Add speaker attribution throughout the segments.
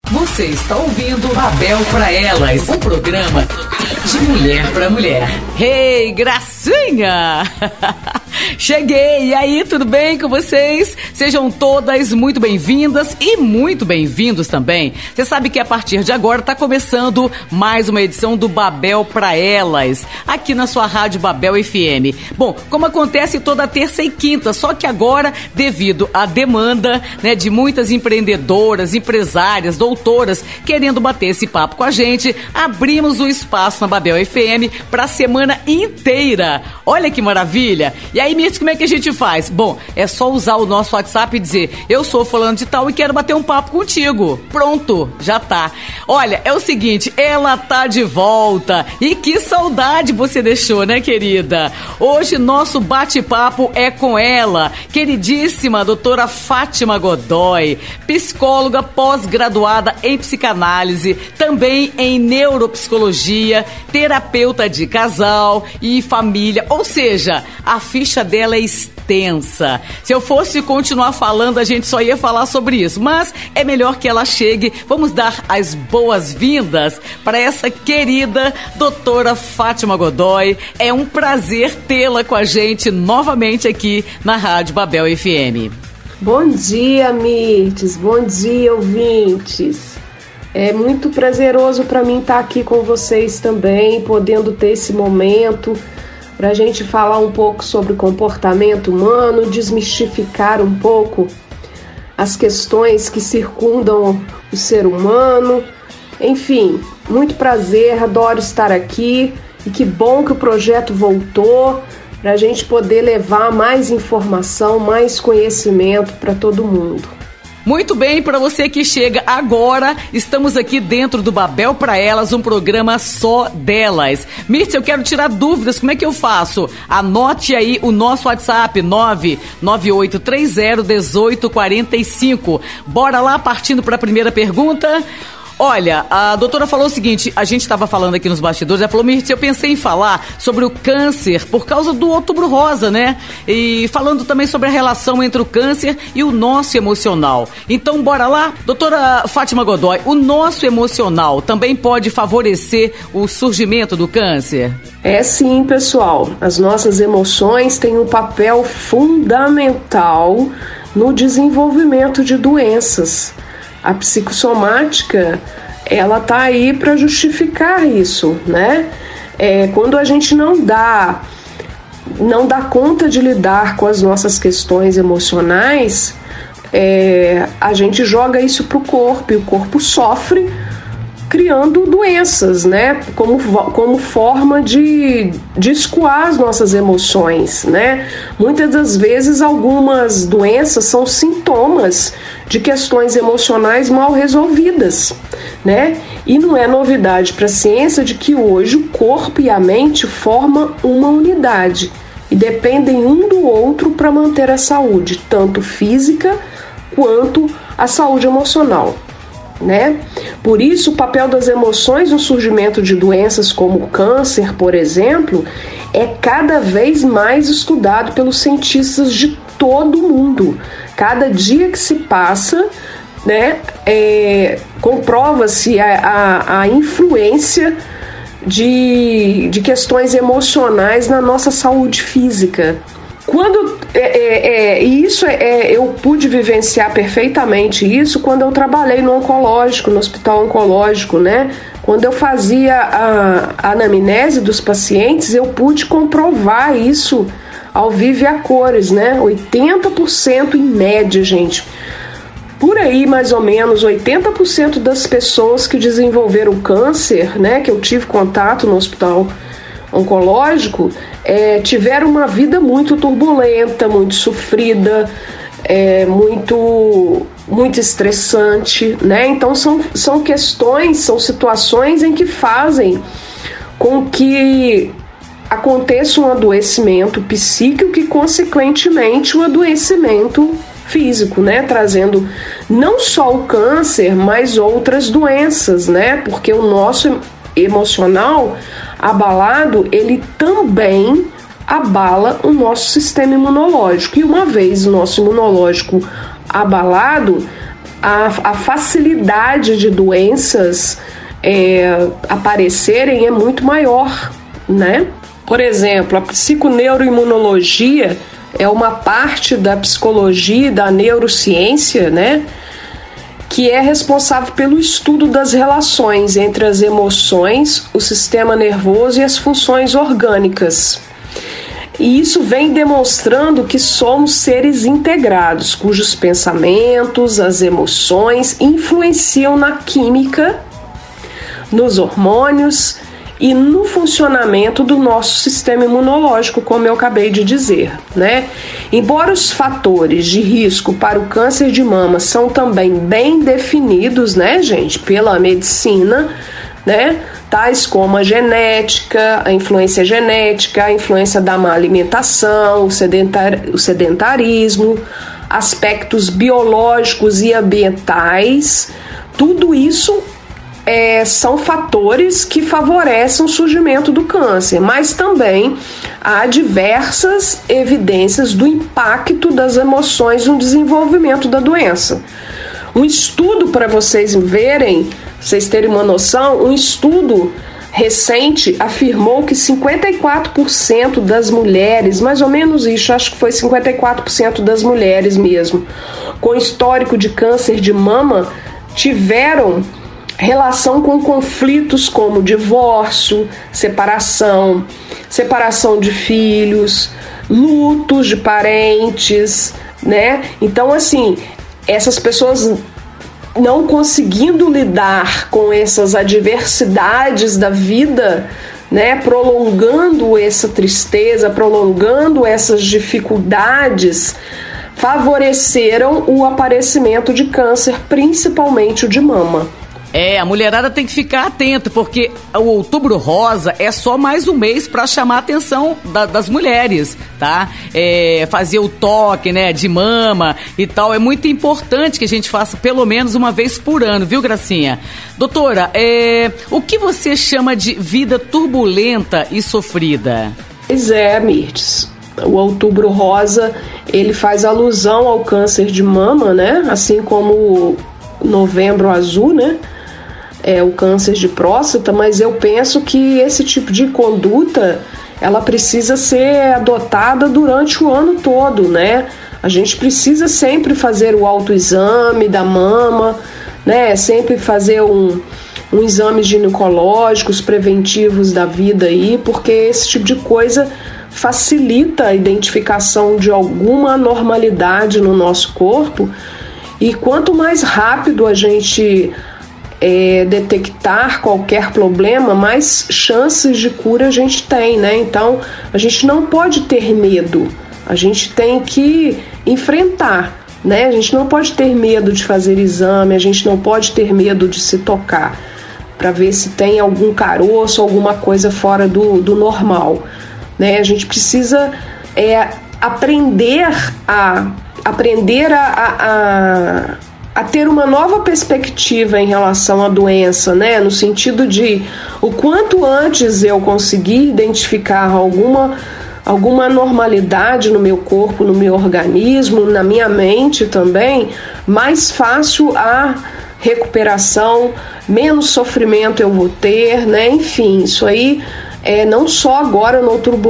Speaker 1: Você está ouvindo Babel para Elas, um programa de mulher para mulher.
Speaker 2: Hey, gracinha! Cheguei! E aí, tudo bem com vocês? Sejam todas muito bem-vindas e muito bem-vindos também. Você sabe que a partir de agora está começando mais uma edição do Babel para Elas, aqui na sua rádio Babel FM. Bom, como acontece toda terça e quinta, só que agora, devido à demanda, né, de muitas empreendedoras, empresárias, doutoras querendo bater esse papo com a gente, abrimos o espaço na Babel FM para a semana inteira. Olha que maravilha! E aí, Mirtz, como é que a gente faz? Bom, é só usar o nosso WhatsApp e dizer: eu sou fulano de tal e quero bater um papo contigo. Pronto, já tá. Olha, é o seguinte, ela tá de volta. E que saudade você deixou, né, querida? Hoje nosso bate-papo é com ela, queridíssima doutora Fátima Godoy, psicóloga pós-graduada em psicanálise, também em neuropsicologia, terapeuta de casal e família, ou seja, a ficha dela é extensa. Se eu fosse continuar falando, a gente só ia falar sobre isso, mas é melhor que ela chegue. Vamos dar as boas-vindas para essa querida doutora Fátima Godoy. É um prazer tê-la com a gente novamente aqui na Rádio Babel FM.
Speaker 3: Bom dia, Mirtz. Bom dia, ouvintes. É muito prazeroso para mim estar aqui com vocês também, podendo ter esse momento para a gente falar um pouco sobre comportamento humano, desmistificar um pouco as questões que circundam o ser humano. Enfim, muito prazer, adoro estar aqui e que bom que o projeto voltou para a gente poder levar mais informação, mais conhecimento para todo mundo.
Speaker 2: Muito bem, para você que chega agora, estamos aqui dentro do Babel para Elas, um programa só delas. Mirtz, eu quero tirar dúvidas, como é que eu faço? Anote aí o nosso WhatsApp, 998301845. Bora lá, partindo para a primeira pergunta. Olha, a doutora falou o seguinte, a gente estava falando aqui nos bastidores, ela falou: Mirtz, eu pensei em falar sobre o câncer por causa do Outubro Rosa, né? E falando também sobre a relação entre o câncer e o nosso emocional. Então, bora lá? Doutora Fátima Godoy, o nosso emocional também pode favorecer o surgimento do câncer?
Speaker 3: É sim, pessoal. As nossas emoções têm um papel fundamental no desenvolvimento de doenças. A psicossomática, ela tá aí para justificar isso, né? Quando a gente não dá conta de lidar com as nossas questões emocionais, a gente joga isso pro corpo e o corpo sofre, criando doenças, né? Como forma de escoar as nossas emoções, né? Muitas das vezes, algumas doenças são sintomas de questões emocionais mal resolvidas, né? E não é novidade para a ciência de que hoje o corpo e a mente formam uma unidade e dependem um do outro para manter a saúde, tanto física quanto a saúde emocional, né? Por isso, o papel das emoções no surgimento de doenças como o câncer, por exemplo, é cada vez mais estudado pelos cientistas de todo o mundo. Cada dia que se passa, né, comprova-se a influência de questões emocionais na nossa saúde física. Eu pude vivenciar perfeitamente isso quando eu trabalhei no oncológico, no hospital oncológico, né? Quando eu fazia a anamnese dos pacientes, eu pude comprovar isso ao vivo e a cores, né? 80% em média, gente. Por aí, mais ou menos, 80% das pessoas que desenvolveram câncer, né, que eu tive contato no hospital oncológico, tiveram uma vida muito turbulenta, muito sofrida, muito estressante, né? Então são questões, são situações em que fazem com que aconteça um adoecimento psíquico e, consequentemente, um adoecimento físico, né? Trazendo não só o câncer, mas outras doenças, né? Porque o nosso emocional abalado, ele também abala o nosso sistema imunológico. E uma vez o nosso imunológico abalado, a facilidade de doenças aparecerem é muito maior, né? Por exemplo, a psiconeuroimunologia é uma parte da psicologia e da neurociência, né, que é responsável pelo estudo das relações entre as emoções, o sistema nervoso e as funções orgânicas. E isso vem demonstrando que somos seres integrados, cujos pensamentos, as emoções influenciam na química, nos hormônios e no funcionamento do nosso sistema imunológico, como eu acabei de dizer, né? Embora os fatores de risco para o câncer de mama são também bem definidos, né, gente, pela medicina, né? Tais como a genética, a influência genética, a influência da má alimentação, o sedentarismo, aspectos biológicos e ambientais, tudo isso são fatores que favorecem o surgimento do câncer, mas também há diversas evidências do impacto das emoções no desenvolvimento da doença. Um estudo, para vocês verem, vocês terem uma noção, um estudo recente afirmou que 54% das mulheres, mais ou menos isso, acho que foi 54% das mulheres mesmo, com histórico de câncer de mama, tiveram relação com conflitos como divórcio, separação de filhos, lutos de parentes, né? Então, assim, essas pessoas não conseguindo lidar com essas adversidades da vida, né, prolongando essa tristeza, prolongando essas dificuldades, favoreceram o aparecimento de câncer, principalmente o de mama.
Speaker 2: A mulherada tem que ficar atenta, porque o Outubro Rosa é só mais um mês para chamar a atenção das mulheres, tá? Fazer o toque, né, de mama e tal, é muito importante que a gente faça pelo menos uma vez por ano, viu, Gracinha? Doutora, o que você chama de vida turbulenta e sofrida?
Speaker 3: Pois é, Mirtes. O Outubro Rosa, ele faz alusão ao câncer de mama, né? Assim como o Novembro Azul, né? O câncer de próstata, mas eu penso que esse tipo de conduta, ela precisa ser adotada durante o ano todo, né? A gente precisa sempre fazer o autoexame da mama, né? Sempre fazer um exame ginecológicos preventivos da vida aí, porque esse tipo de coisa facilita a identificação de alguma anormalidade no nosso corpo, e quanto mais rápido a gente detectar qualquer problema, mais chances de cura a gente tem, né? Então, a gente não pode ter medo, a gente tem que enfrentar, né? A gente não pode ter medo de fazer exame, a gente não pode ter medo de se tocar, para ver se tem algum caroço, alguma coisa fora do normal, né? A gente precisa aprender a ter uma nova perspectiva em relação à doença, né? No sentido de o quanto antes eu conseguir identificar alguma anormalidade no meu corpo, no meu organismo, na minha mente também, mais fácil a recuperação, menos sofrimento eu vou ter, né? Enfim, isso aí não só agora no Outubro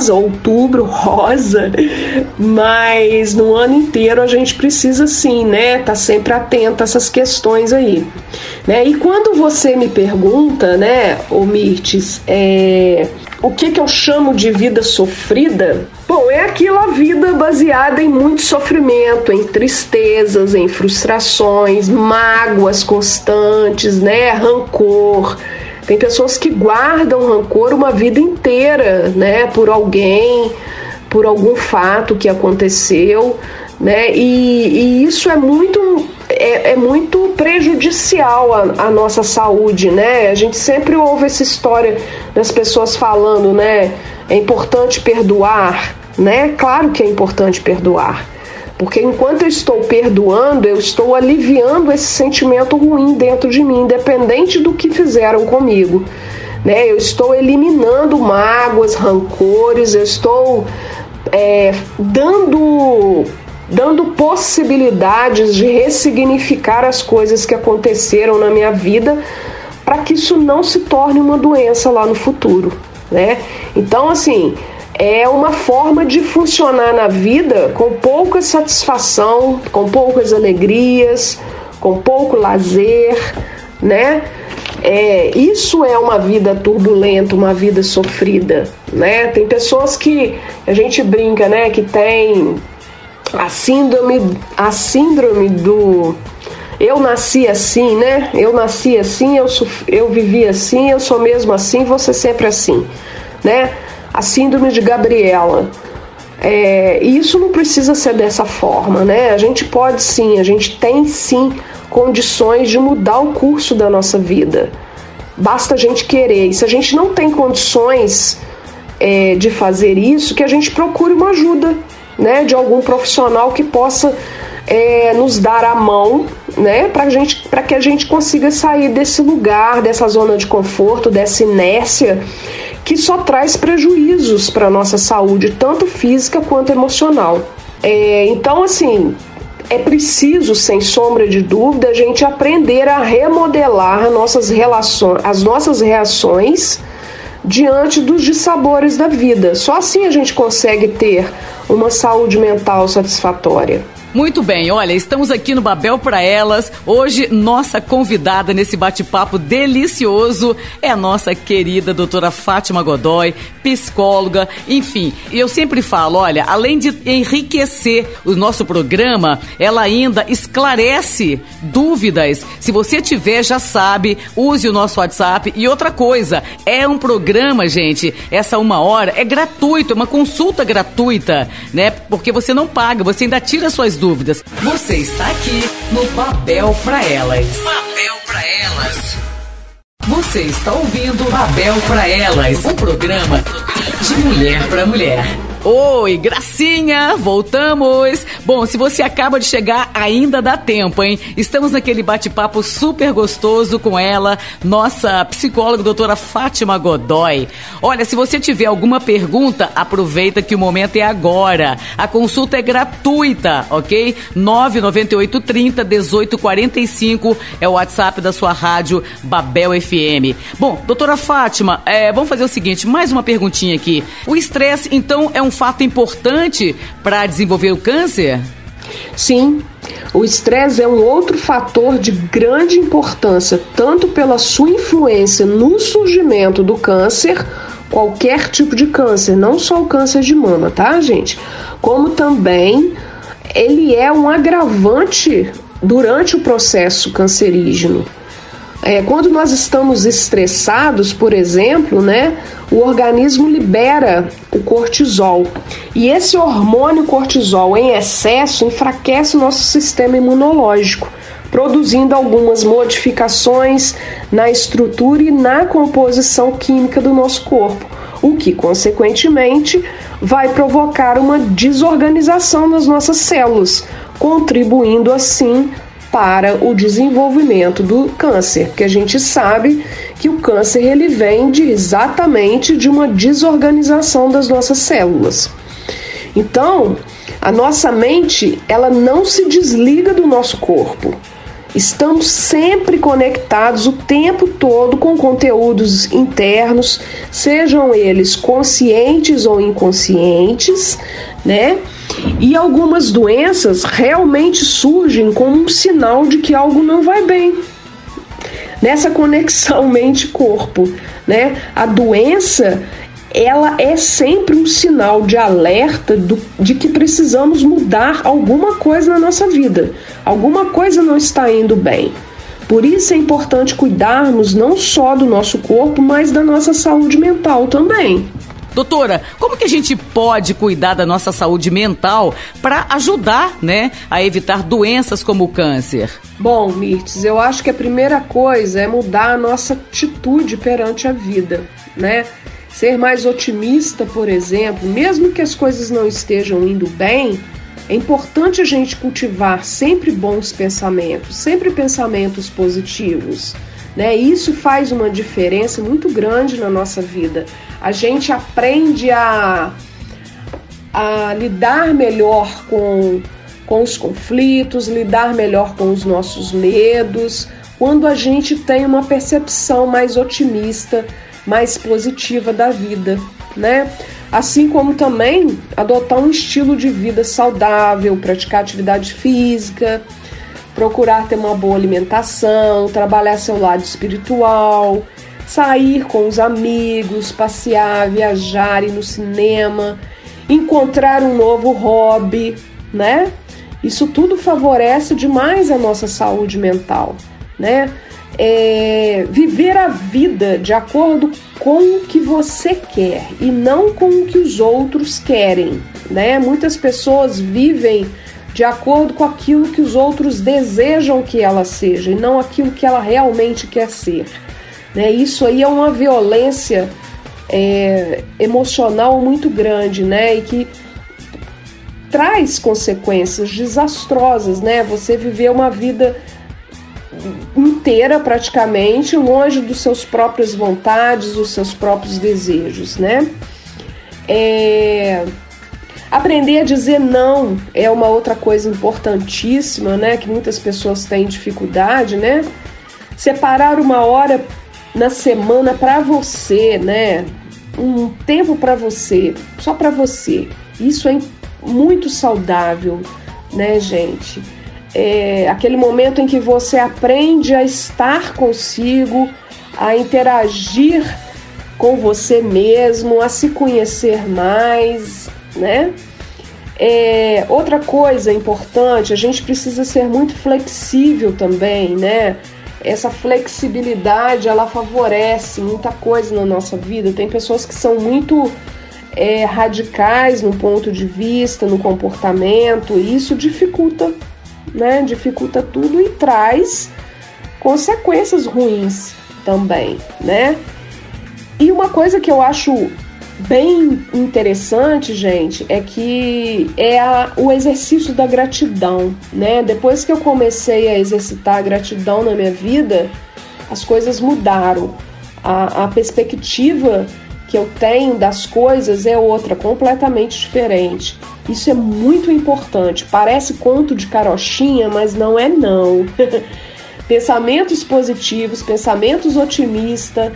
Speaker 3: Rosa, mas no ano inteiro a gente precisa sim, né, tá sempre atento a essas questões aí, né? E quando você me pergunta, né, ô Mirtes, o que eu chamo de vida sofrida? Bom, é aquela vida baseada em muito sofrimento, em tristezas, em frustrações, mágoas constantes, né, rancor. Tem pessoas que guardam rancor uma vida inteira, né, por alguém, por algum fato que aconteceu, né, e isso é muito prejudicial à nossa saúde, né? A gente sempre ouve essa história das pessoas falando, né, é importante perdoar, né? Claro que é importante perdoar, porque enquanto eu estou perdoando, eu estou aliviando esse sentimento ruim dentro de mim, independente do que fizeram comigo, né? Eu estou eliminando mágoas, rancores, eu estou dando possibilidades de ressignificar as coisas que aconteceram na minha vida para que isso não se torne uma doença lá no futuro, né? Então, assim, é uma forma de funcionar na vida com pouca satisfação, com poucas alegrias, com pouco lazer, né? Isso é uma vida turbulenta, uma vida sofrida, né? Tem pessoas que a gente brinca, né, que tem a síndrome do eu nasci assim, né? Eu nasci assim, eu vivi assim, eu sou mesmo assim, vou ser sempre assim, né? A síndrome de Gabriela. E isso não precisa ser dessa forma, né? A gente pode sim, a gente tem sim condições de mudar o curso da nossa vida. Basta a gente querer. E se a gente não tem condições de fazer isso, que a gente procure uma ajuda, né? De algum profissional que possa nos dar a mão, né, para que a gente consiga sair desse lugar, dessa zona de conforto, dessa inércia que só traz prejuízos para a nossa saúde, tanto física quanto emocional. Então, assim, é preciso, sem sombra de dúvida, a gente aprender a remodelar as nossas reações diante dos dissabores da vida. Só assim a gente consegue ter uma saúde mental satisfatória.
Speaker 2: Muito bem, olha, estamos aqui no Babel para Elas. Hoje, nossa convidada nesse bate-papo delicioso é a nossa querida doutora Fátima Godoy, psicóloga, enfim. E eu sempre falo, olha, além de enriquecer o nosso programa, ela ainda esclarece dúvidas. Se você tiver, já sabe, use o nosso WhatsApp. E outra coisa, é um programa, gente, essa 1 hora é gratuito, é uma consulta gratuita, né? Porque você não paga, você ainda tira suas dúvidas.
Speaker 1: Você está aqui no Babel para Elas. Babel para Elas. Você está ouvindo Babel para Elas, um programa de mulher para mulher.
Speaker 2: Oi, gracinha, voltamos. Bom, se você acaba de chegar, ainda dá tempo, hein? Estamos naquele bate-papo super gostoso com ela, nossa psicóloga, doutora Fátima Godoy. Olha, se você tiver alguma pergunta, aproveita que o momento é agora. A consulta é gratuita, ok? 99830-1845 é o WhatsApp da sua rádio Babel FM. Bom, doutora Fátima, vamos fazer o seguinte, mais uma perguntinha aqui. O estresse, então, é um fato importante para desenvolver o câncer?
Speaker 3: Sim, o estresse é um outro fator de grande importância, tanto pela sua influência no surgimento do câncer, qualquer tipo de câncer, não só o câncer de mama, tá, gente? Como também ele é um agravante durante o processo cancerígeno. Quando nós estamos estressados, por exemplo, né, o organismo libera o cortisol. E esse hormônio cortisol em excesso enfraquece o nosso sistema imunológico, produzindo algumas modificações na estrutura e na composição química do nosso corpo, o que, consequentemente, vai provocar uma desorganização nas nossas células, contribuindo assim para o desenvolvimento do câncer, porque a gente sabe que o câncer ele vem exatamente de uma desorganização das nossas células. Então, a nossa mente, ela não se desliga do nosso corpo. Estamos sempre conectados o tempo todo com conteúdos internos, sejam eles conscientes ou inconscientes, né? E algumas doenças realmente surgem como um sinal de que algo não vai bem. Nessa conexão mente-corpo, né? A doença, ela é sempre um sinal de alerta de que precisamos mudar alguma coisa na nossa vida. Alguma coisa não está indo bem. Por isso é importante cuidarmos não só do nosso corpo, mas da nossa saúde mental também.
Speaker 2: Doutora, como que a gente pode cuidar da nossa saúde mental para ajudar, né, a evitar doenças como o câncer?
Speaker 3: Bom, Mirtes, eu acho que a primeira coisa é mudar a nossa atitude perante a vida, né? Ser mais otimista, por exemplo, mesmo que as coisas não estejam indo bem, é importante a gente cultivar sempre bons pensamentos, sempre pensamentos positivos, né? Isso faz uma diferença muito grande na nossa vida. A gente aprende a lidar melhor com com os conflitos, lidar melhor com os nossos medos, quando a gente tem uma percepção mais otimista, mais positiva da vida, né? Assim como também adotar um estilo de vida saudável, praticar atividade física, procurar ter uma boa alimentação, trabalhar seu lado espiritual, sair com os amigos, passear, viajar, ir no cinema, encontrar um novo hobby, né? Isso tudo favorece demais a nossa saúde mental, né? Viver a vida de acordo com o que você quer e não com o que os outros querem, né? Muitas pessoas vivem de acordo com aquilo que os outros desejam que ela seja e não aquilo que ela realmente quer ser, né? Isso aí é uma violência emocional muito grande, né? E que traz consequências desastrosas, né? Você viver uma vida inteira praticamente longe dos seus próprias vontades, dos seus próprios desejos, né? Aprender a dizer não é uma outra coisa importantíssima, né? Que muitas pessoas têm dificuldade, né? Separar uma hora na semana para você, né? Um tempo para você, só para você. Isso é muito saudável, né, gente? Aquele momento em que você aprende a estar consigo, a interagir com você mesmo, a se conhecer mais, né? Outra coisa importante, a gente precisa ser muito flexível também, né? Essa flexibilidade, ela favorece muita coisa na nossa vida. Tem pessoas que são muito radicais no ponto de vista, no comportamento, e isso dificulta, né? Dificulta tudo e traz consequências ruins também, né? E uma coisa que eu acho bem interessante, gente, é que o exercício da gratidão, né? Depois que eu comecei a exercitar a gratidão na minha vida, as coisas mudaram. A perspectiva que eu tenho das coisas é outra, completamente diferente. Isso é muito importante. Parece conto de carochinha, mas não é não. Pensamentos positivos, pensamentos otimistas,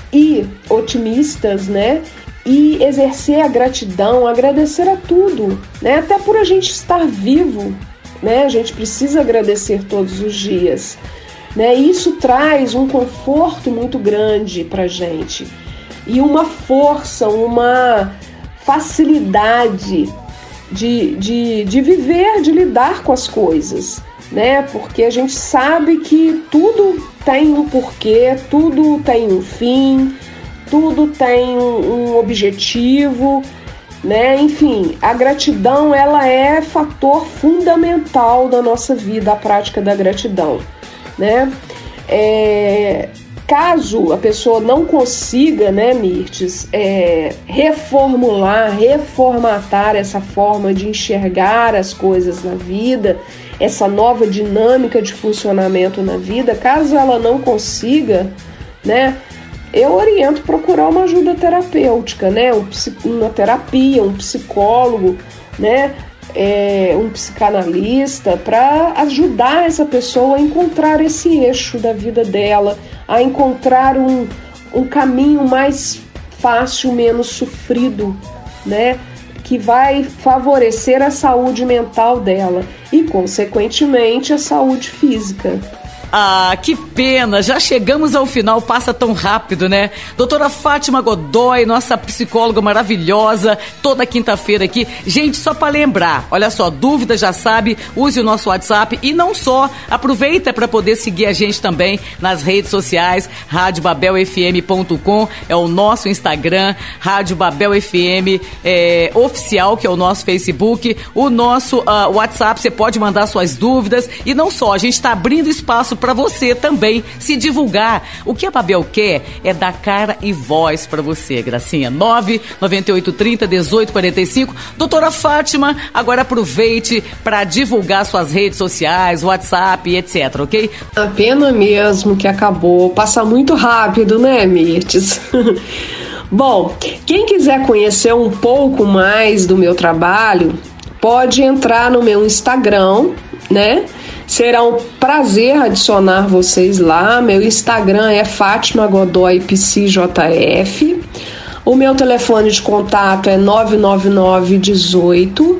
Speaker 3: né? E exercer a gratidão, agradecer a tudo, né? Até por a gente estar vivo, né? A gente precisa agradecer todos os dias, né? Isso traz um conforto muito grande pra gente e uma força, uma facilidade de viver, de lidar com as coisas, né? Porque a gente sabe que tudo tem um porquê, tudo tem um fim, tudo tem um objetivo, né? Enfim, a gratidão, ela é fator fundamental da nossa vida, a prática da gratidão, né? Caso a pessoa não consiga, né, Mirtes, reformatar essa forma de enxergar as coisas na vida, essa nova dinâmica de funcionamento na vida, caso ela não consiga, né, eu oriento procurar uma ajuda terapêutica, né, uma terapia, um psicólogo, né, um psicanalista, para ajudar essa pessoa a encontrar esse eixo da vida dela, a encontrar um caminho mais fácil, menos sofrido, né, que vai favorecer a saúde mental dela e, consequentemente, a saúde física.
Speaker 2: Ah, que pena, já chegamos ao final, passa tão rápido, né? Doutora Fátima Godoy, nossa psicóloga maravilhosa, toda quinta-feira aqui. Gente, só para lembrar, olha só, dúvida já sabe, use o nosso WhatsApp e não só, aproveita para poder seguir a gente também nas redes sociais, radiobabelfm.com é o nosso Instagram, Rádio Babel FM oficial, que é o nosso Facebook, o nosso WhatsApp, você pode mandar suas dúvidas e não só, a gente está abrindo espaço para você também se divulgar. O que a Babel quer é dar cara e voz para você, Gracinha. 99830-1845. Doutora Fátima, agora aproveite para divulgar suas redes sociais, WhatsApp, etc, ok?
Speaker 3: A pena mesmo que acabou. Passa muito rápido, né, Mirtes? Bom, quem quiser conhecer um pouco mais do meu trabalho, pode entrar no meu Instagram, né? Será um prazer adicionar vocês lá. Meu Instagram é Fátima Godoy PsiJF. O meu telefone de contato é 999 18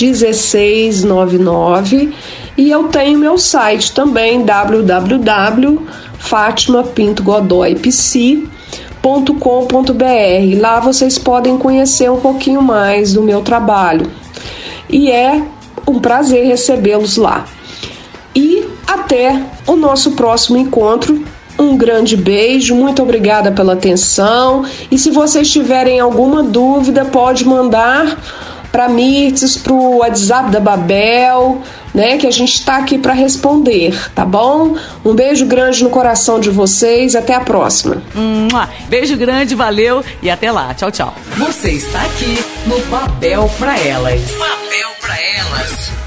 Speaker 3: 1699 e eu tenho meu site também, www.fatimapintogodoypsi.com.br. Lá vocês podem conhecer um pouquinho mais do meu trabalho. E é um prazer recebê-los lá. E até o nosso próximo encontro. Um grande beijo, muito obrigada pela atenção. E se vocês tiverem alguma dúvida, pode mandar para Mirtes, para o WhatsApp da Babel, né? Que a gente está aqui para responder, tá bom? Um beijo grande no coração de vocês. Até a próxima.
Speaker 2: Beijo grande, valeu e até lá. Tchau, tchau.
Speaker 1: Você está aqui no Babel para Elas. Babel para Elas.